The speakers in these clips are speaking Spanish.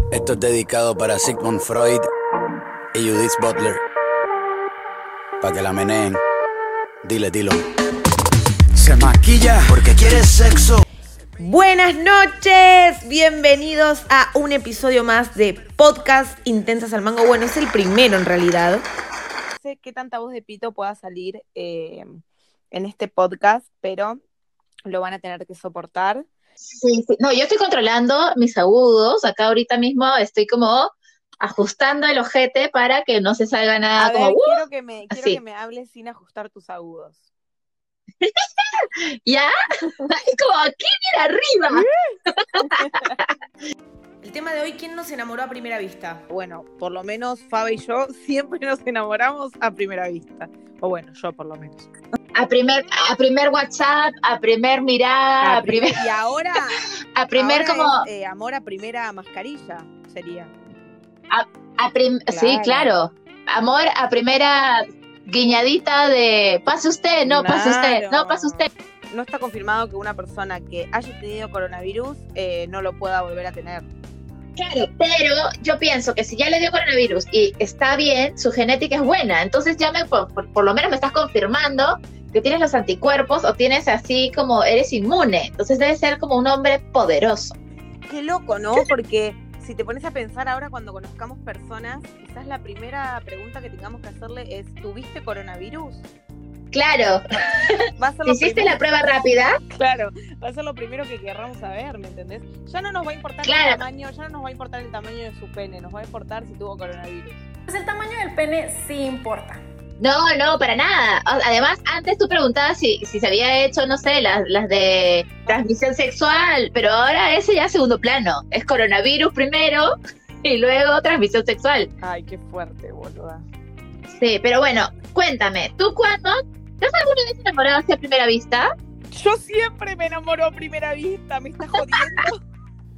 Esto es dedicado para Sigmund Freud y Judith Butler. Pa' que la meneen. Dilo. Se maquilla porque quiere sexo. Buenas noches, bienvenidos a un episodio más de Podcast Intensas al Mango. Bueno, es el primero en realidad. No sé qué tanta voz de pito pueda salir en este podcast, pero lo van a tener que soportar. Sí. No, yo estoy controlando mis agudos. Acá ahorita mismo estoy como ajustando el ojete para que no se salga nada. A ver, como quiero que me hables sin ajustar tus agudos. ¿Ya? Como aquí, mira, arriba. El tema de hoy, ¿quién nos enamoró a primera vista? Bueno, por lo menos Faba y yo siempre nos enamoramos a primera vista. O bueno, yo por lo menos. A primer WhatsApp, a primer mirada, Y ahora, a primer ahora como... es, amor a primera mascarilla sería. Claro. Sí, claro. Amor a primera guiñadita de pase usted, no pase usted, no pase usted. No está confirmado que una persona que haya tenido coronavirus no lo pueda volver a tener. Claro, pero yo pienso que si ya le dio coronavirus y está bien, su genética es buena, entonces ya por lo menos me estás confirmando que tienes los anticuerpos o tienes así como eres inmune, entonces debe ser como un hombre poderoso. Qué loco, ¿no? Porque si te pones a pensar ahora cuando conozcamos personas, quizás la primera pregunta que tengamos que hacerle es ¿tuviste coronavirus? Claro. ¿Hiciste la prueba rápida? Claro, va a ser lo primero que querramos saber, ¿me entendés? Ya no nos va a importar el tamaño, ya no nos va a importar el tamaño de su pene, nos va a importar si tuvo coronavirus. Pues el tamaño del pene sí importa. No, para nada. Además, antes tú preguntabas si se había hecho, no sé, las de transmisión sexual, pero ahora ese ya es segundo plano. Es coronavirus primero y luego transmisión sexual. Ay, qué fuerte, boluda. Sí, pero bueno, cuéntame, ¿tú cuándo? ¿Te has alguna vez enamorado así a primera vista? Yo siempre me enamoro a primera vista, me estás jodiendo.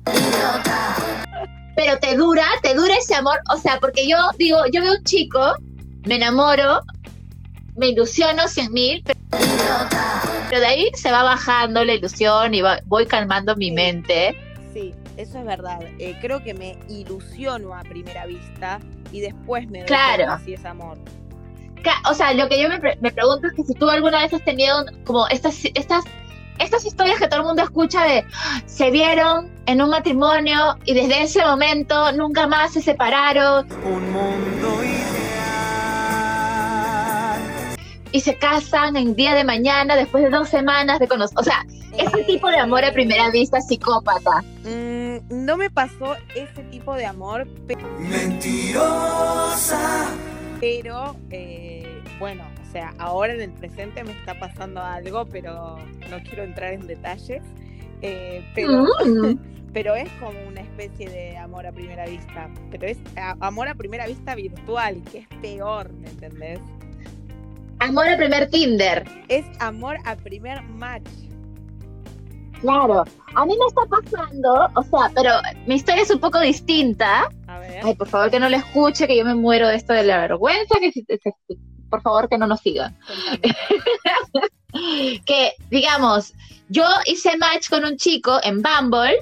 Pero te dura ese amor, o sea, porque yo digo, yo veo un chico, me enamoro, me ilusiono 100,000, pero de ahí se va bajando la ilusión y voy calmando mi mente. Sí, eso es verdad. Creo que me ilusiono a primera vista y después me doy cuenta si es amor. O sea, lo que yo me pregunto es que si tú alguna vez has tenido como estas historias que todo el mundo escucha de se vieron en un matrimonio y desde ese momento nunca más se separaron. Un mundo ideal. Y se casan en día de mañana después de 2 semanas de conocer. O sea, ese tipo de amor a primera vista psicópata. No me pasó ese tipo de amor. Mentirosa. Pero, bueno, o sea, ahora en el presente me está pasando algo, pero no quiero entrar en detalles. Pero es como una especie de amor a primera vista. Pero es amor a primera vista virtual, que es peor, ¿me entendés? Amor a primer Tinder. Es amor a primer match. Claro, a mí me está pasando, o sea, pero mi historia es un poco distinta. A ver. Ay, por favor que no lo escuche, que yo me muero de esto de la vergüenza, por favor que no nos sigan. Que, digamos, yo hice match con un chico en Bumble,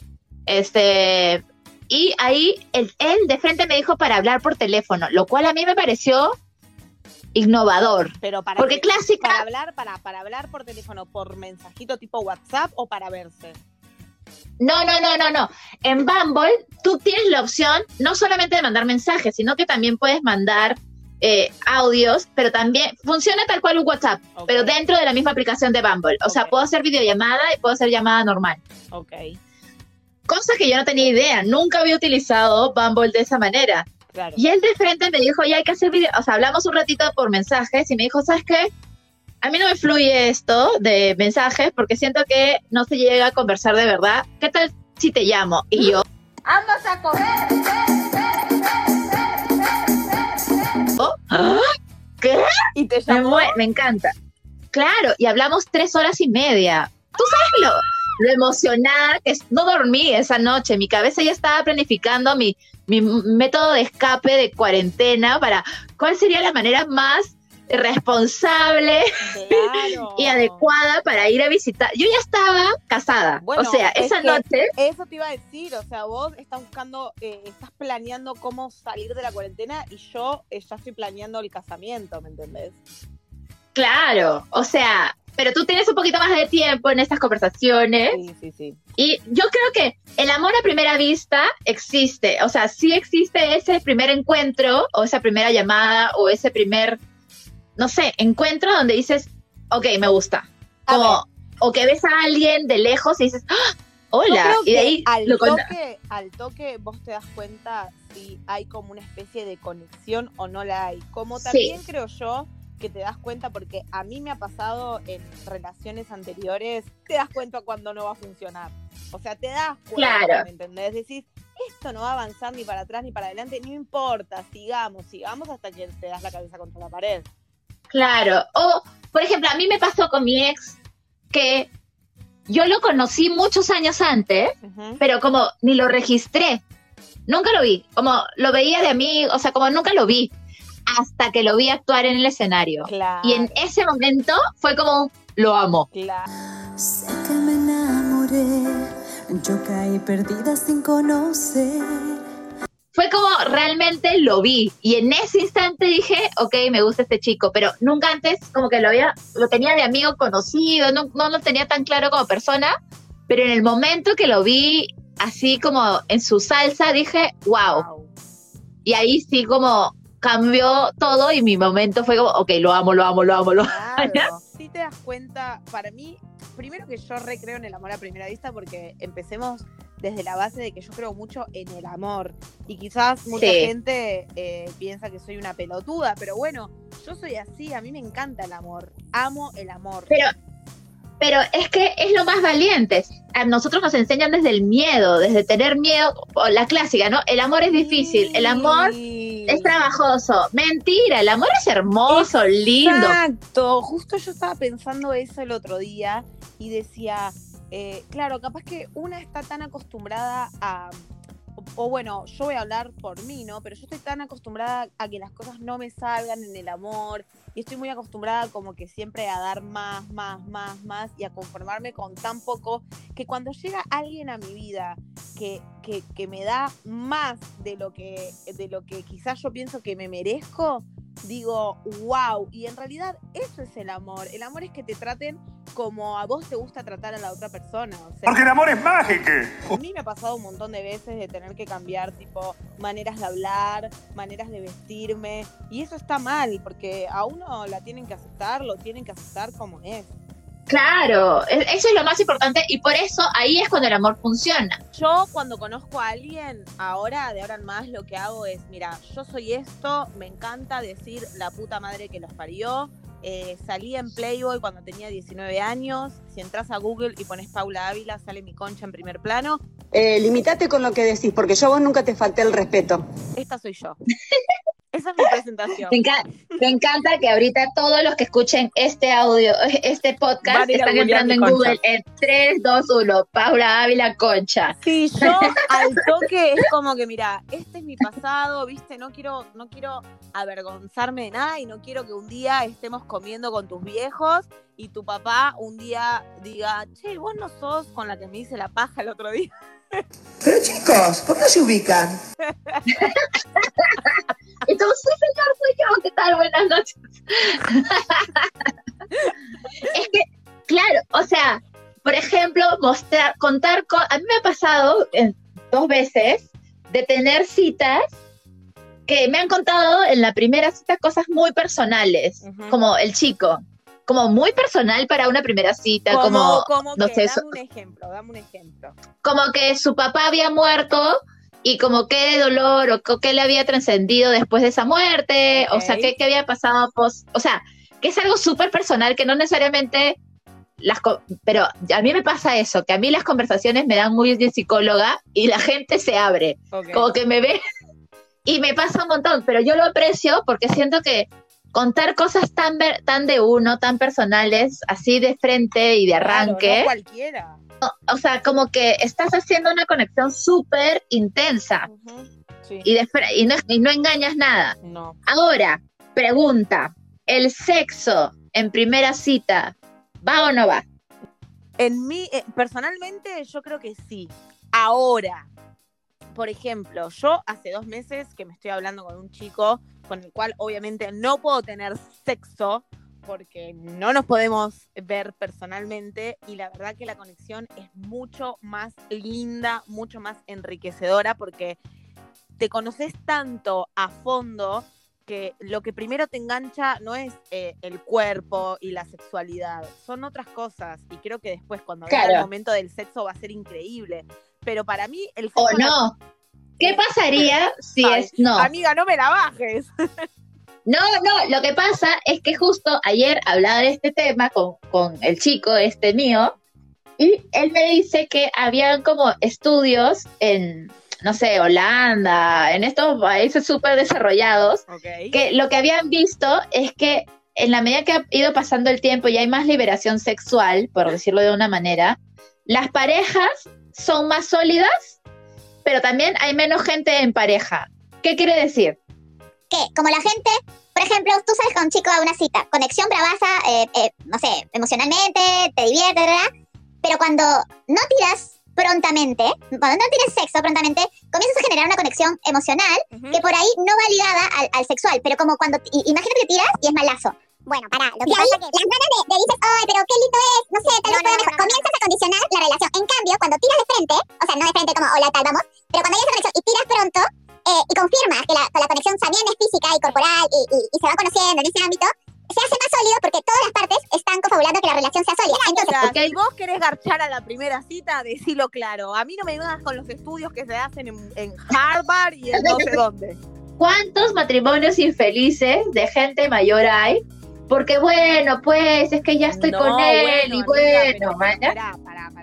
y ahí él de frente me dijo para hablar por teléfono, lo cual a mí me pareció innovador. Pero porque clásica. Para hablar por teléfono, por mensajito tipo WhatsApp o para verse. No. En Bumble tú tienes la opción no solamente de mandar mensajes, sino que también puedes mandar audios, pero también funciona tal cual un WhatsApp, pero dentro de la misma aplicación de Bumble. O sea, puedo hacer videollamada y puedo hacer llamada normal. Ok. Cosa que yo no tenía idea, nunca había utilizado Bumble de esa manera. Claro. Y él de frente me dijo, ya hay que hacer video, o sea, hablamos un ratito por mensajes y me dijo, ¿sabes qué? A mí no me fluye esto de mensajes porque siento que no se llega a conversar de verdad. ¿Qué tal si te llamo? Y yo, ¡vamos a comer! ¿qué? ¿Y te llamó? Me encanta. Claro, y hablamos 3 horas y media. ¿Tú sabes lo emocionada que no dormí esa noche? Mi cabeza ya estaba planificando mi método de escape de cuarentena para cuál sería la manera más responsable Claro. y adecuada para ir a visitar. Yo ya estaba casada, Bueno, o sea, es esa que noche, Eso te iba a decir, o sea, vos estás buscando, estás planeando cómo salir de la cuarentena y yo ya estoy planeando el casamiento, ¿me entendés? claro, o sea, pero tú tienes un poquito más de tiempo en estas conversaciones. Sí. Y yo creo que el amor a primera vista existe, o sea, sí existe ese primer encuentro, o esa primera llamada, o ese primer, no sé, encuentro donde dices, ok, me gusta. Como, o que ves a alguien de lejos y dices, ¡ah! Hola, Yo creo y de que ahí al toque vos te das cuenta si hay como una especie de conexión o no la hay. Como también creo yo que te das cuenta, porque a mí me ha pasado en relaciones anteriores, te das cuenta cuando no va a funcionar. O sea, te das cuenta, Claro. ¿me entendés? Decís, esto no va a avanzar ni para atrás ni para adelante, no importa, sigamos hasta que te das la cabeza contra la pared. Claro, o por ejemplo, a mí me pasó con mi ex que yo lo conocí muchos años antes, pero como ni lo registré, nunca lo vi, como lo veía de amigo, o sea, como nunca lo vi, hasta que lo vi actuar en el escenario. Claro. Y en ese momento fue como, lo amo. Claro. Sé que me enamoré, yo caí perdida sin conocer. Fue como realmente lo vi y en ese instante dije, ok, me gusta este chico, pero nunca antes como que lo tenía de amigo conocido, no lo tenía tan claro como persona, pero en el momento que lo vi así como en su salsa dije, wow. Y ahí sí como cambió todo y mi momento fue como, ok, lo amo. Claro, sí te das cuenta, para mí, primero que yo recreo en el amor a primera vista, porque empecemos desde la base de que yo creo mucho en el amor. Y quizás mucha gente piensa que soy una pelotuda, pero bueno, yo soy así, a mí me encanta el amor, amo el amor. Pero es que es lo más valiente. A nosotros nos enseñan desde el miedo, desde tener miedo, o la clásica, ¿no? El amor es difícil, el amor es trabajoso. Mentira, el amor es hermoso, lindo. Exacto, justo yo estaba pensando eso el otro día y decía, claro, capaz que una está tan acostumbrada a, o bueno, yo voy a hablar por mí, ¿no? Pero yo estoy tan acostumbrada a que las cosas no me salgan en el amor y estoy muy acostumbrada como que siempre a dar más y a conformarme con tan poco, que cuando llega alguien a mi vida que me da más de lo que quizás yo pienso que me merezco, digo, wow, y en realidad eso es el amor es que te traten como a vos te gusta tratar a la otra persona, o sea, porque el amor es mágico. a mí me ha pasado un montón de veces de tener que cambiar tipo maneras de hablar, maneras de vestirme, y eso está mal, porque a uno la tienen que aceptar, lo tienen que aceptar como es. Claro, eso es lo más importante y por eso ahí es cuando el amor funciona. Yo cuando conozco a alguien, de ahora en más lo que hago es, mira, yo soy esto, me encanta decir la puta madre que los parió, salí en Playboy cuando tenía 19 años, si entras a Google y pones Paula Ávila, sale mi concha en primer plano. Limitate con lo que decís, porque yo a vos nunca te falté el respeto. Esta soy yo. Esa es mi presentación. Me encanta que ahorita todos los que escuchen este audio, este podcast, están entrando en Google en 3, 2, 1, Paula Ávila Concha. Sí, yo al toque es como que, mira, este es mi pasado, viste, no quiero avergonzarme de nada y no quiero que un día estemos comiendo con tus viejos y tu papá un día diga, che, vos no sos con la que me hice la paja el otro día. Pero chicos, ¿por qué se ubican? Y tú, sí señor, soy yo, ¿qué tal? Buenas noches. Es que, claro, o sea, por ejemplo, a mí me ha pasado 2 veces de tener citas que me han contado en la primera cita cosas muy personales, como el chico, como muy personal para una primera cita, como no sé, dame un ejemplo. Como que su papá había muerto y como qué dolor o qué le había trascendido después de esa muerte, o sea, qué había pasado, o sea, que es algo súper personal que no necesariamente pero a mí me pasa eso, que a mí las conversaciones me dan muy de psicóloga y la gente se abre, como que me ve y me pasa un montón, pero yo lo aprecio porque siento que contar cosas tan de uno, tan personales, así de frente y de arranque. Claro, no cualquiera. O sea, como que estás haciendo una conexión súper intensa. Sí. Y no engañas nada. No. Ahora, pregunta. ¿el sexo en primera cita va o no va? En mí, personalmente, yo creo que sí. Ahora, por ejemplo, yo hace 2 meses que me estoy hablando con un chico con el cual obviamente no puedo tener sexo porque no nos podemos ver personalmente y la verdad que la conexión es mucho más linda, mucho más enriquecedora porque te conoces tanto a fondo que lo que primero te engancha no es el cuerpo y la sexualidad, son otras cosas y creo que después cuando venga el momento del sexo va a ser increíble, pero para mí el sexo... ¿O no? ¿Qué pasaría si Ay, es no? Amiga, no me la bajes. No, lo que pasa es que justo ayer hablaba de este tema con el chico mío y él me dice que habían como estudios en, no sé, Holanda, en estos países súper desarrollados, que lo que habían visto es que en la medida que ha ido pasando el tiempo y hay más liberación sexual, por decirlo de una manera, las parejas son más sólidas, pero también hay menos gente en pareja. ¿Qué quiere decir? Que como la gente, por ejemplo, tú sales con un chico a una cita, conexión bravaza, no sé, emocionalmente, te diviertes, ¿verdad? Pero cuando no tiras prontamente, cuando no tienes sexo prontamente, comienzas a generar una conexión emocional que por ahí no va ligada al sexual, pero como cuando, imagínate que tiras y es malazo. Bueno, pará, lo que pasa es que las ganas de dices, ay, pero qué lindo es, no sé, tal vez pueda mejor. Comienzas a condicionar la relación. En cambio, cuando tiras de frente, o sea, no de frente como, hola, tal, vamos, pero cuando hay esa conexión y tiras pronto, y confirmas que la conexión también es física y corporal y se va conociendo en ese ámbito, se hace más sólido porque todas las partes están confabulando que la relación sea sólida. Entonces, si vos querés garchar a la primera cita, decilo claro. A mí no me vengas con los estudios que se hacen en Harvard y en no sé dónde. ¿Cuántos matrimonios infelices de gente mayor hay? Porque bueno, pues es que ya estoy con él y bueno, pará.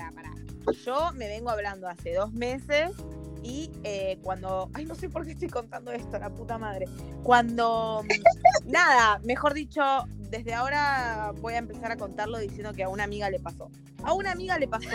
Yo me vengo hablando hace 2 meses y cuando... Ay, no sé por qué estoy contando esto, la puta madre. Cuando... nada, mejor dicho, desde ahora voy a empezar a contarlo diciendo que a una amiga le pasó. A una amiga le pasó...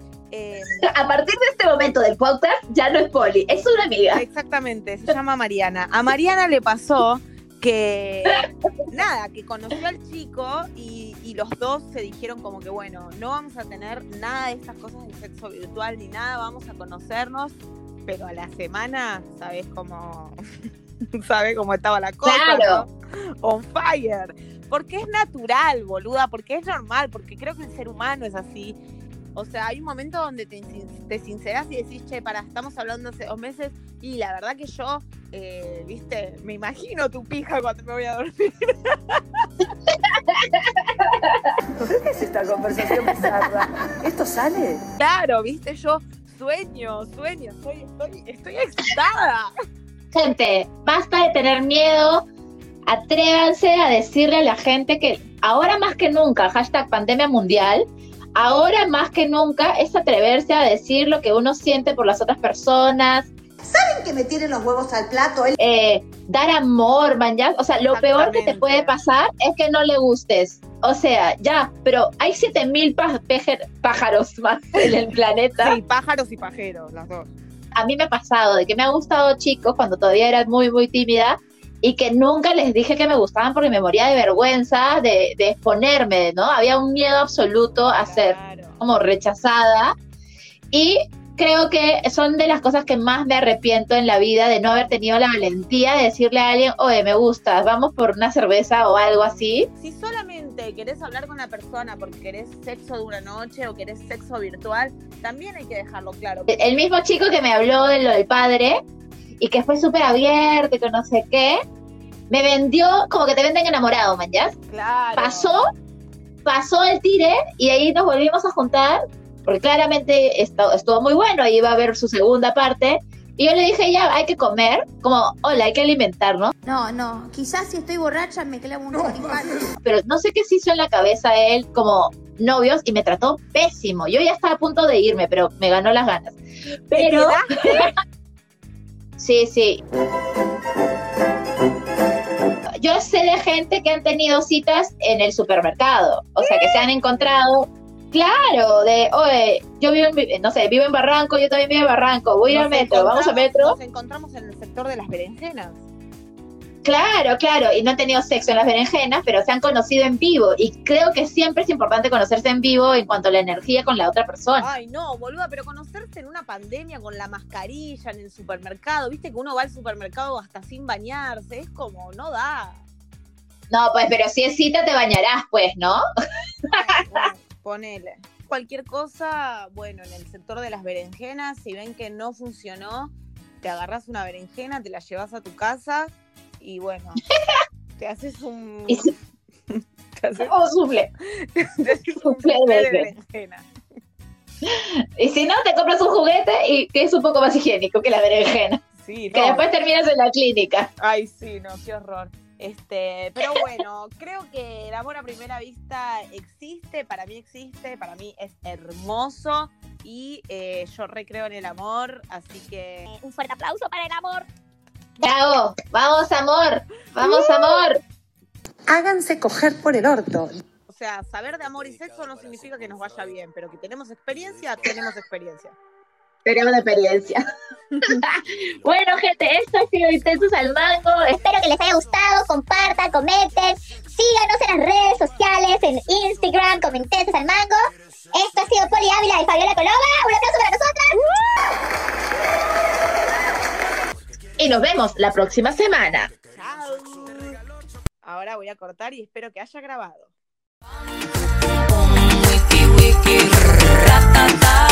a partir de este momento del podcast ya no es Poli, es una amiga. Exactamente, se llama Mariana. A Mariana le pasó que nada, que conoció al chico y los dos se dijeron como que bueno, no vamos a tener nada de estas cosas de sexo virtual ni nada, vamos a conocernos, pero a la semana, ¿sabes cómo estaba la cosa? Claro. ¿No? On fire. Porque es natural, boluda, porque es normal, porque creo que el ser humano es así. O sea, hay un momento donde te sincerás y decís, che, estamos hablando hace 2 meses y la verdad que yo, viste, me imagino tu pija cuando me voy a dormir. ¿Qué es esta conversación bizarra? ¿Esto sale? Claro, viste, yo sueño, estoy excitada. Gente, basta de tener miedo, atrévanse a decirle a la gente que ahora más que nunca, #pandemia mundial, ahora más que nunca es atreverse a decir lo que uno siente por las otras personas. ¿Saben que me tienen los huevos al plato? Dar amor, man, ya. O sea, lo peor que te puede pasar es que no le gustes. O sea, ya, pero hay 7000 pájaros más en el planeta. Sí, pájaros y pajeros, las dos. A mí me ha pasado de que me ha gustado chicos cuando todavía era muy, muy tímida y que nunca les dije que me gustaban porque me moría de vergüenza de exponerme, ¿no? Había un miedo absoluto a ser como rechazada y creo que son de las cosas que más me arrepiento en la vida, de no haber tenido la valentía de decirle a alguien, oye, me gustas, vamos por una cerveza o algo así. Si solamente querés hablar con una persona porque querés sexo de una noche o querés sexo virtual, también hay que dejarlo claro. El mismo chico que me habló de lo del padre y que fue súper abierto y que no sé qué, me vendió como que te venden enamorado, man, ¿ya? Claro. Pasó el tire y ahí nos volvimos a juntar porque claramente estuvo muy bueno y iba a haber su segunda parte y yo le dije ya, hay que comer, como, hola, hay que alimentarnos. No, quizás si estoy borracha me clavo un choripán. Pero no sé qué se hizo en la cabeza él como novios y me trató pésimo. Yo ya estaba a punto de irme, pero me ganó las ganas. Pero... Sí. Yo sé de gente que han tenido citas en el supermercado, o sea, que se han encontrado, claro, de, oye, yo vivo en Barranco, yo también vivo en Barranco, voy a ir al metro, vamos a metro. Nos encontramos en el sector de las berenjenas. Claro, y no han tenido sexo en las berenjenas, pero se han conocido en vivo, y creo que siempre es importante conocerse en vivo en cuanto a la energía con la otra persona. Ay, no, boluda, pero conocerse en una pandemia con la mascarilla en el supermercado, viste que uno va al supermercado hasta sin bañarse, es como, no da. No, pues, pero si es cita te bañarás, pues, ¿no? Bueno, ponele. Cualquier cosa, bueno, en el sector de las berenjenas, si ven que no funcionó, te agarrás una berenjena, te la llevas a tu casa y bueno, te haces un... Un soufflé. Te haces un soufflé de berenjena. Y si no, te compras un juguete y que es un poco más higiénico que la berenjena. Sí, que después terminas en la clínica. Ay, sí, no, qué horror. Pero bueno, creo que el amor a primera vista existe, para mí es hermoso y yo recreo en el amor, así que Un fuerte aplauso para el amor. Bravo, vamos amor. Háganse coger por el orto. o sea, saber de amor y sexo no significa que nos vaya bien, pero que tenemos experiencia. Tenemos experiencia. Bueno, gente, esto ha sido Intensos al Mango. Espero que les haya gustado, compartan, comenten, síganos en las redes sociales, en Instagram, como Intensos al Mango. Esto ha sido Poli Ávila y Fabiola Coloma. Un aplauso para nosotras. Y nos vemos la próxima semana. Chao. Ahora voy a cortar y espero que haya grabado. Wiki, wiki, ratata.